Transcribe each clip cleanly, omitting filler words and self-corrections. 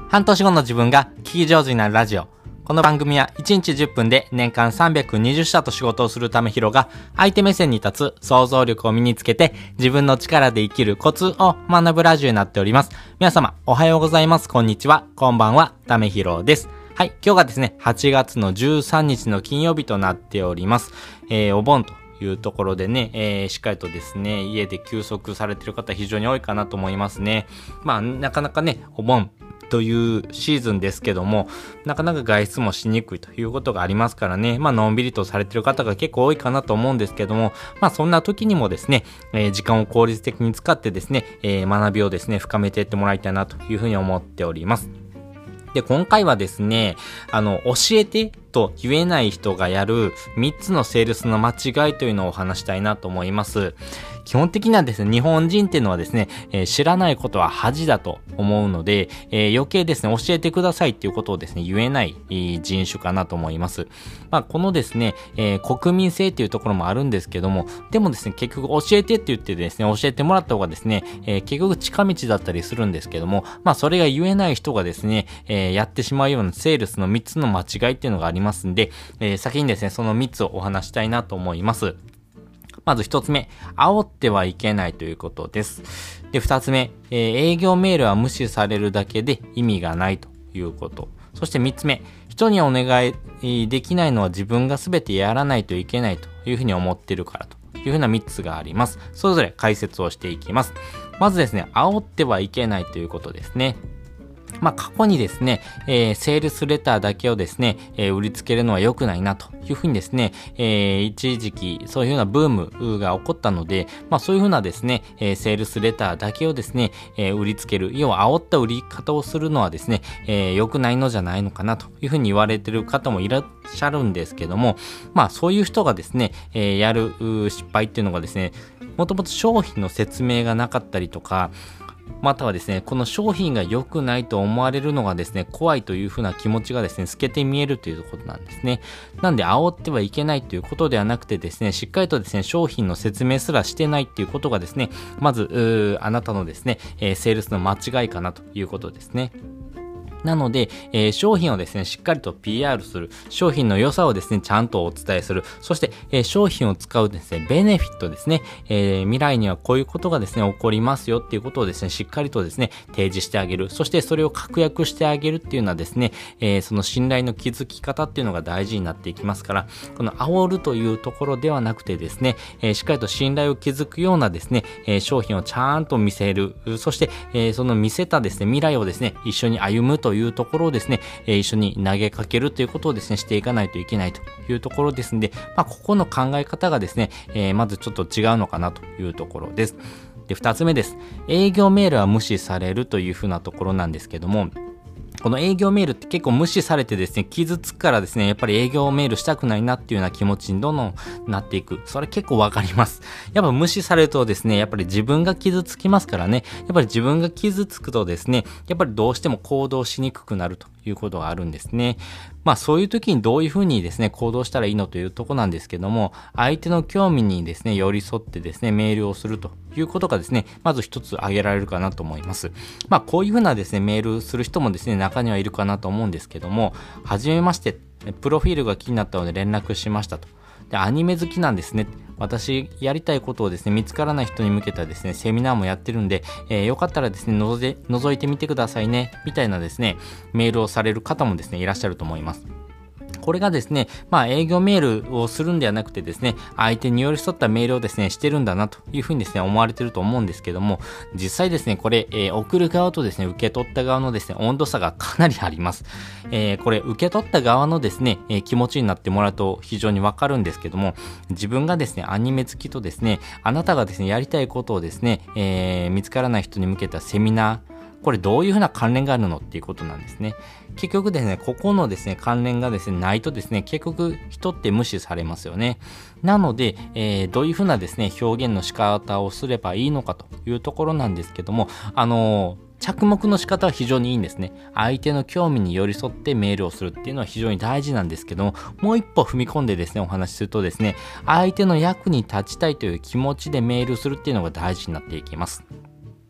半年後の自分が聞き上手になるラジオ。この番組は1日10分で年間320社と仕事をするためひろが相手目線に立つ想像力を身につけて自分の力で生きるコツを学ぶラジオになっております。皆様おはようございます。こんにちは。こんばんは。ためひろです。はい。今日がですね、8月の13日の金曜日となっております。お盆というところでね、しっかりとですね、家で休息されている方非常に多いかなと思いますね。なかなかね、お盆というシーズンですけども、なかなか外出もしにくいということがありますからね、のんびりとされている方が結構多いかなと思うんですけども、そんな時にもですね、時間を効率的に使ってですね、学びをですね、深めていってもらいたいなというふうに思っております。で、今回はですね、教えてと言えない人がやる3つのセールスの間違いというのをお話したいなと思います。基本的にはですね、日本人っていうのはですね、知らないことは恥だと思うので、余計ですね、教えてくださいっていうことをですね、言えない人種かなと思います。このですね、国民性っていうところもあるんですけども、でもですね、結局教えてって言ってですね、教えてもらった方がですね、結局近道だったりするんですけども、それが言えない人がですね、やってしまうようなセールスの3つの間違いっていうのがありますんで、先にですね、その3つをお話したいなと思います。まず1つ目、煽ってはいけないということです。で、2つ目、営業メールは無視されるだけで意味がないということ。そして3つ目、人にお願いできないのは自分が全てやらないといけないというふうに思っているからというふうな3つがあります。それぞれ解説をしていきます。まずですね、煽ってはいけないということですね。過去にですね、セールスレターだけをですね、売りつけるのは良くないなというふうにですね、一時期そういうようなブームが起こったので、そういうふうなですね、セールスレターだけをですね、売りつける、要は煽った売り方をするのはですね、良くないのじゃないのかなというふうに言われている方もいらっしゃるんですけども、そういう人がですね、やる失敗っていうのがですね、もともと商品の説明がなかったりとか、またはですね、この商品が良くないと思われるのがですね、怖いというふうな気持ちがですね、透けて見えるということなんですね。なんで、煽ってはいけないということではなくてですね、しっかりとですね、商品の説明すらしてないっていうことがですね、まず、あなたのですね、セールスの間違いかなということですね。なので、商品をですね、しっかりと PR する。商品の良さをですね、ちゃんとお伝えする。そして、商品を使うですね、ベネフィットですね、未来にはこういうことがですね、起こりますよっていうことをですね、しっかりとですね、提示してあげる。そしてそれを確約してあげるっていうのはですね、その信頼の築き方っていうのが大事になっていきますから、この煽るというところではなくてですね、しっかりと信頼を築くようなですね、商品をちゃんと見せる。そして、その見せたですね、未来をですね、一緒に歩むというところをですね、一緒に投げかけるということをですね、していかないといけないというところですので、ここの考え方がですね、まずちょっと違うのかなというところです。で、2つ目です。営業メールは無視されるというふうなところなんですけども、この営業メールって結構無視されてですね、傷つくからですね、やっぱり営業メールしたくないなっていうような気持ちにどんどんなっていく。それ結構わかります。やっぱ無視されるとですね、やっぱり自分が傷つきますからね、やっぱり自分が傷つくとですね、やっぱりどうしても行動しにくくなるということがあるんですね。そういう時にどういうふうにですね、行動したらいいのというところなんですけども、相手の興味にですね、寄り添ってですね、メールをするということがですね、まず一つ挙げられるかなと思います。こういうふうなですね、メールする人もですね、中にはいるかなと思うんですけども、はじめまして、プロフィールが気になったので連絡しましたと。で、アニメ好きなんですね。私やりたいことをですね、見つからない人に向けたですね、セミナーもやってるんで、よかったらですね、覗いてみてくださいね、みたいなですね、メールをされる方もですね、いらっしゃると思います。これがですね、営業メールをするんではなくてですね、相手に寄り添ったメールをですね、してるんだなというふうにですね、思われてると思うんですけども、実際ですね、これ、送る側とですね、受け取った側のですね、温度差がかなりあります。これ、受け取った側のですね、気持ちになってもらうと非常にわかるんですけども、自分がですね、アニメ好きとですね、あなたがですね、やりたいことをですね、見つからない人に向けたセミナー、これどういうふうな関連があるのっていうことなんですね。結局ですね、ここのですね、関連がですね、ないとですね、結局人って無視されますよね。なので、どういうふうなですね、表現の仕方をすればいいのかというところなんですけども、着目の仕方は非常にいいんですね。相手の興味に寄り添ってメールをするっていうのは非常に大事なんですけども、もう一歩踏み込んでですね、お話しするとですね、相手の役に立ちたいという気持ちでメールするっていうのが大事になっていきます。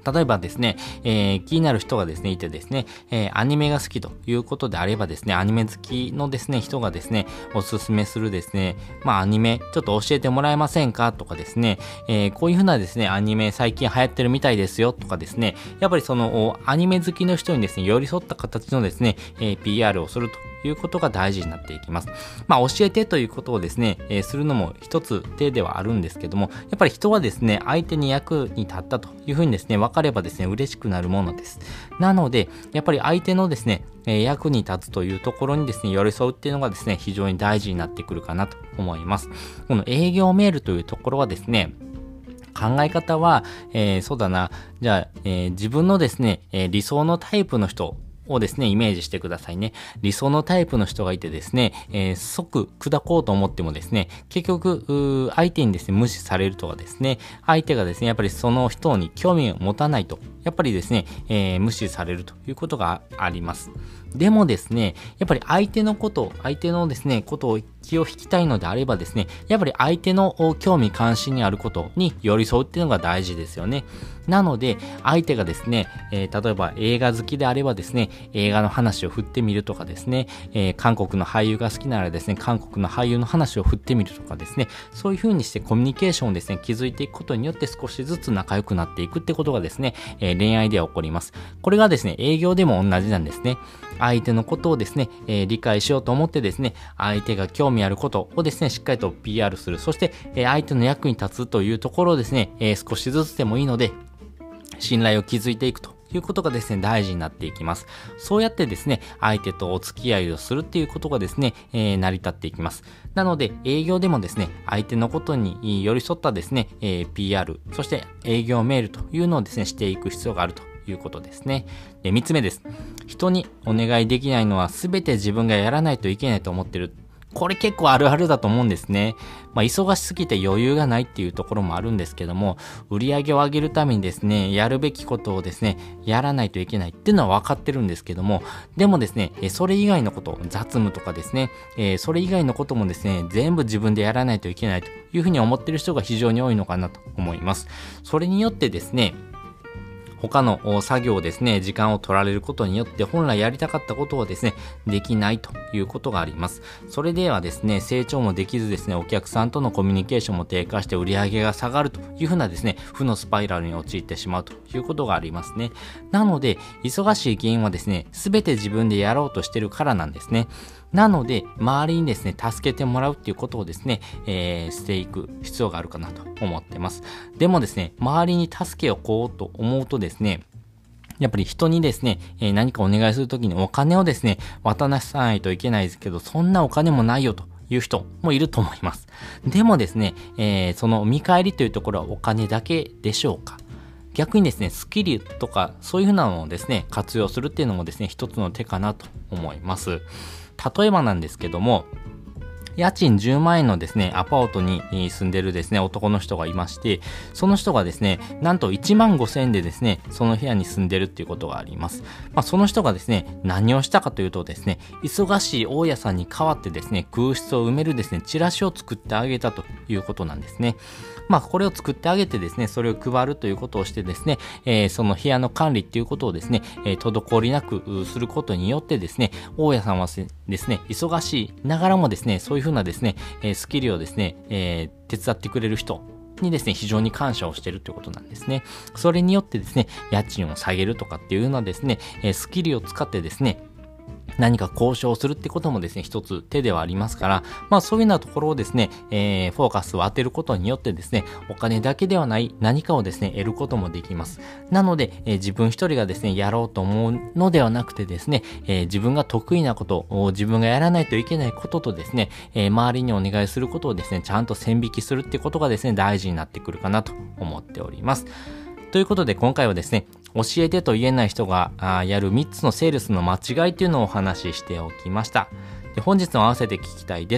例えばですね、気になる人がですね、いてですね、アニメが好きということであればですね、アニメ好きのですね、人がですね、おすすめするですね、アニメ、ちょっと教えてもらえませんかとかですね、こういうふうなですね、アニメ最近流行ってるみたいですよとかですね、やっぱりその、アニメ好きの人にですね、寄り添った形のですね、PR をするということが大事になっていきます。教えてということをですね、するのも一つ手ではあるんですけども、やっぱり人はですね、相手に役に立ったというふうにですね、分かればですね、嬉しくなるものです。なので、やっぱり相手のですね、役に立つというところにですね、寄り添うっていうのがですね、非常に大事になってくるかなと思います。この営業メールというところはですね、考え方は、そうだな、じゃあ、自分のですね、理想のタイプの人をですね、イメージしてくださいね。理想のタイプの人がいてですね、即砕こうと思ってもですね、結局、相手にですね、無視されるとかですね、相手がですね、やっぱりその人に興味を持たないと、やっぱりですね、無視されるということがあります。でもですね、やっぱり相手のですね、ことを気を引きたいのであればですね、やっぱり相手の興味関心にあることに寄り添うっていうのが大事ですよね。なので、相手がですね、例えば映画好きであればですね、映画の話を振ってみるとかですね、韓国の俳優が好きならですね、韓国の俳優の話を振ってみるとかですね、そういう風にしてコミュニケーションをですね、築いていくことによって少しずつ仲良くなっていくってことがですね、恋愛では起こります。これがですね、営業でも同じなんですね。相手のことをですね、理解しようと思ってですね、相手が興味あることをですね、しっかりと PR する。そして、相手の役に立つというところをですね、少しずつでもいいので、信頼を築いていくということがですね、大事になっていきます。そうやってですね、相手とお付き合いをするっていうことがですね、成り立っていきます。なので、営業でもですね、相手のことに寄り添ったですね、PR、そして営業メールというのをですね、していく必要があるということですね。で、3つ目です。人にお願いできないのは全て自分がやらないといけないと思ってる。これ結構あるあるだと思うんですね。忙しすぎて余裕がないっていうところもあるんですけども、売り上げを上げるためにですね、やるべきことをですね、やらないといけないっていうのは分かってるんですけども、でもですね、それ以外のこと、雑務とかですね、それ以外のこともですね、全部自分でやらないといけないというふうに思ってる人が非常に多いのかなと思います。それによってですね、他の作業をですね、時間を取られることによって本来やりたかったことをですね、できないということがあります。それではですね、成長もできずですね、お客さんとのコミュニケーションも低下して売り上げが下がるというふうなですね、負のスパイラルに陥ってしまうということがありますね。なので、忙しい原因はですね、すべて自分でやろうとしてるからなんですね。なので、周りにですね、助けてもらうっていうことをですね、していく必要があるかなと思ってます。でもですね、周りに助けをこうと思うとですね、やっぱり人にですね、何かお願いするときにお金をですね、渡さないといけないですけど、そんなお金もないよという人もいると思います。でもですね、その見返りというところはお金だけでしょうか？逆にですね、スキルとかそういうふうなのをですね、活用するっていうのもですね、一つの手かなと思います。例えばなんですけども、家賃10万円のですね、アパートに住んでるですね、男の人がいまして、その人がですね、なんと1万5千円でですね、その部屋に住んでるっていうことがあります。その人がですね、何をしたかというとですね、忙しい大家さんに代わってですね、空室を埋めるですね、チラシを作ってあげたということなんですね。これを作ってあげてですね、それを配るということをしてですね、その部屋の管理っていうことをですね、滞りなくすることによってですね、大家さんはですね、忙しいながらもですね、そういうふうなですね、スキルをですね、手伝ってくれる人にですね、非常に感謝をしているということなんですね。それによってですね、家賃を下げるとかっていうのはですね、スキルを使ってですね、何か交渉するってこともですね、一つ手ではありますから、そういうようなところをですね、フォーカスを当てることによってですね、お金だけではない何かをですね、得ることもできます。なので、自分一人がですね、やろうと思うのではなくてですね、自分が得意なことを、自分がやらないといけないこととですね、周りにお願いすることをですね、ちゃんと線引きするってことがですね、大事になってくるかなと思っております。ということで、今回はですね、教えてと言えない人がやる3つのセールスの間違いというのをお話ししておきました。で、本日の合わせて聞きたいです。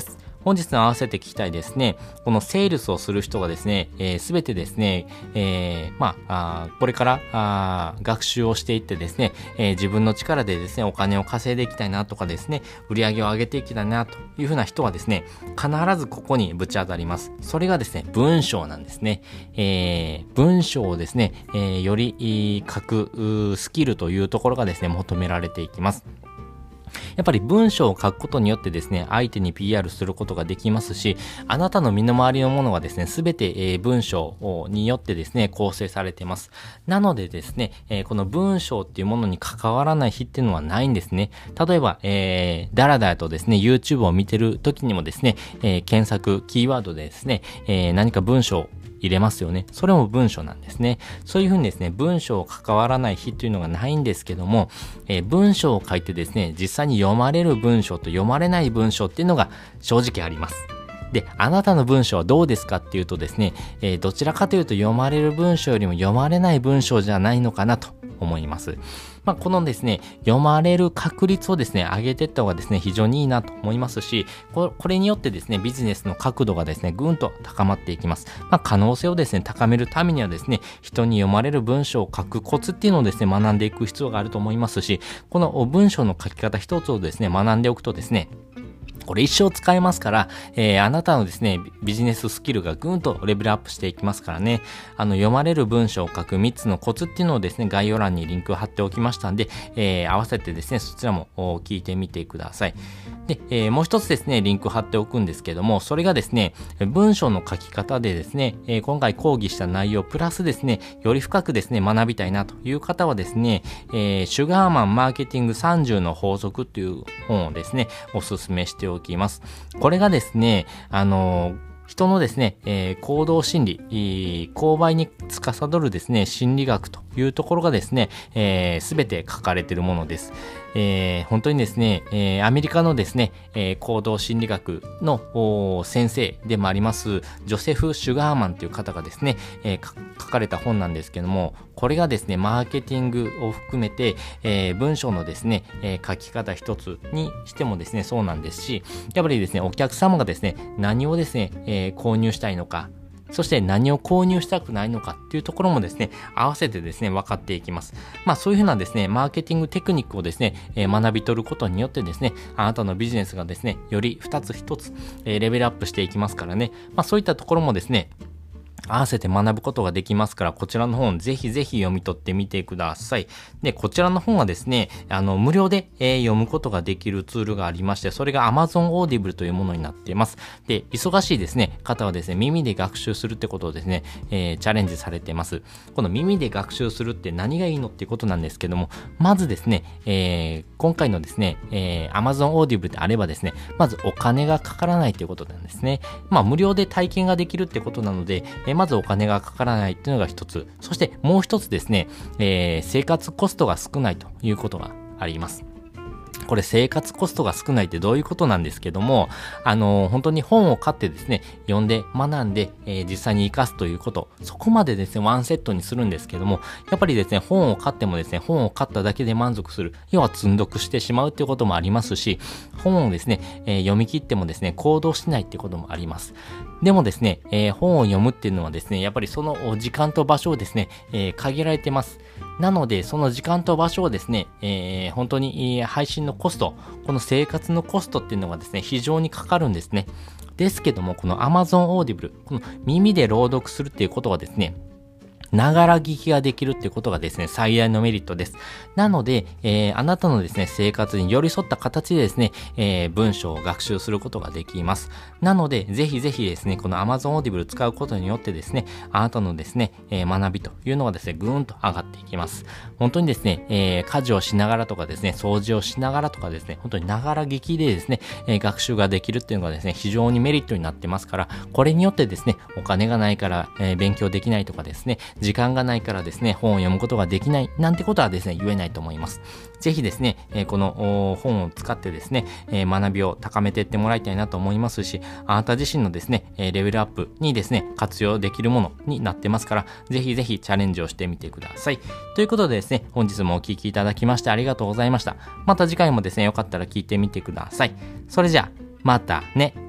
本日の合わせて聞きたいですね、このセールスをする人がですね、すべてですね、これから学習をしていってですね、自分の力でですね、お金を稼いでいきたいなとかですね、売り上げを上げていきたいなというふうな人はですね、必ずここにぶち当たります。それがですね、文章なんですね。文章をですね、より書くスキルというところがですね、求められていきます。やっぱり文章を書くことによってですね、相手に PR することができますし、あなたの身の回りのものはですね、すべて、文章によってですね、構成されています。なのでですね、この文章っていうものに関わらない日っていうのはないんですね。例えば、だらだらとですね、YouTube を見てる時にもですね、検索、キーワードでですね、何か文章入れますよね。それも文章なんですね。そういうふうにですね、文章を関わらない日というのがないんですけども、文章を書いてですね、実際に読まれる文章と読まれない文章っていうのが正直あります。で、あなたの文章はどうですかっていうとですね、どちらかというと読まれる文章よりも読まれない文章じゃないのかなと思います。このですね、読まれる確率をですね、上げていった方がですね、非常にいいなと思いますし、これによってですね、ビジネスの角度がですね、ぐんと高まっていきます。可能性をですね、高めるためにはですね、人に読まれる文章を書くコツっていうのをですね、学んでいく必要があると思いますし、この文章の書き方一つをですね、学んでおくとですね、これ一生使えますから、あなたのですね、ビジネススキルがぐんとレベルアップしていきますからね、読まれる文章を書く3つのコツっていうのをですね、概要欄にリンクを貼っておきましたんで、合わせてですね、そちらも聞いてみてください。で、もう一つですね、リンク貼っておくんですけども、それがですね、文章の書き方でですね、今回講義した内容プラスですね、より深くですね、学びたいなという方はですね、シュガーマンマーケティング30の法則っていう本をですね、お勧めしておきます。これがですね、人のですね、行動心理、購買に司るですね、心理学というところがですね、すべて書かれているものです。本当にですね、アメリカのですね、行動心理学の先生でもありますジョセフ・シュガーマンという方がですね、書かれた本なんですけども、これがですね、マーケティングを含めて、文章のですね、書き方一つにしてもですね、そうなんですし、やっぱりですね、お客様がですね、何をですね、購入したいのか、そして何を購入したくないのかっていうところもですね、合わせてですね、分かっていきます。そういうふうなですね、マーケティングテクニックをですね、学び取ることによってですね、あなたのビジネスがですね、より一つ一つ、レベルアップしていきますからね、そういったところもですね、合わせて学ぶことができますから、こちらの本ぜひぜひ読み取ってみてください。で、こちらの本はですね、無料で、読むことができるツールがありまして、それが Amazon Audible というものになっています。で、忙しいですね、方はですね、耳で学習するってことをですね、チャレンジされています。この耳で学習するって何がいいのっていうことなんですけども、まずですね、今回のですね、Amazon Audible であればですね、まずお金がかからないということなんですね。無料で体験ができるってことなので、まずお金がかからないっていうのが一つ。そしてもう一つですね、生活コストが少ないということがあります。これ生活コストが少ないってどういうことなんですけども、本当に本を買ってですね、読んで学んで、実際に活かすということ、そこまでですね、ワンセットにするんですけども、やっぱりですね、本を買ってもですね、本を買っただけで満足する、要は積んどくしてしまうっていうこともありますし、本をですね、読み切ってもですね、行動しないっていうこともあります。でもですね、本を読むっていうのはですね、やっぱりその時間と場所をですね、限られてます。なので、その時間と場所をですね、本当に配信のコスト、この生活のコストっていうのがですね、非常にかかるんですね。ですけども、この Amazon Audible、この耳で朗読するっていうことはですね、ながら聞きができるっていうことがですね、最大のメリットです。なので、あなたのですね、生活に寄り添った形でですね、文章を学習することができます。なので、ぜひぜひですね、この Amazon Audible 使うことによってですね、あなたのですね、学びというのがですね、ぐーんと上がっていきます。本当にですね、家事をしながらとかですね、掃除をしながらとかですね、本当にながら聞きでですね、学習ができるっていうのがですね、非常にメリットになってますから、これによってですね、お金がないから、勉強できないとかですね、時間がないからですね、本を読むことができないなんてことはですね、言えないと思います。ぜひですね、この本を使ってですね、学びを高めていってもらいたいなと思いますし、あなた自身のですね、レベルアップにですね、活用できるものになってますから、ぜひぜひチャレンジをしてみてください。ということでですね、本日もお聞きいただきましてありがとうございました。また次回もですね、よかったら聞いてみてください。それじゃあ、またね。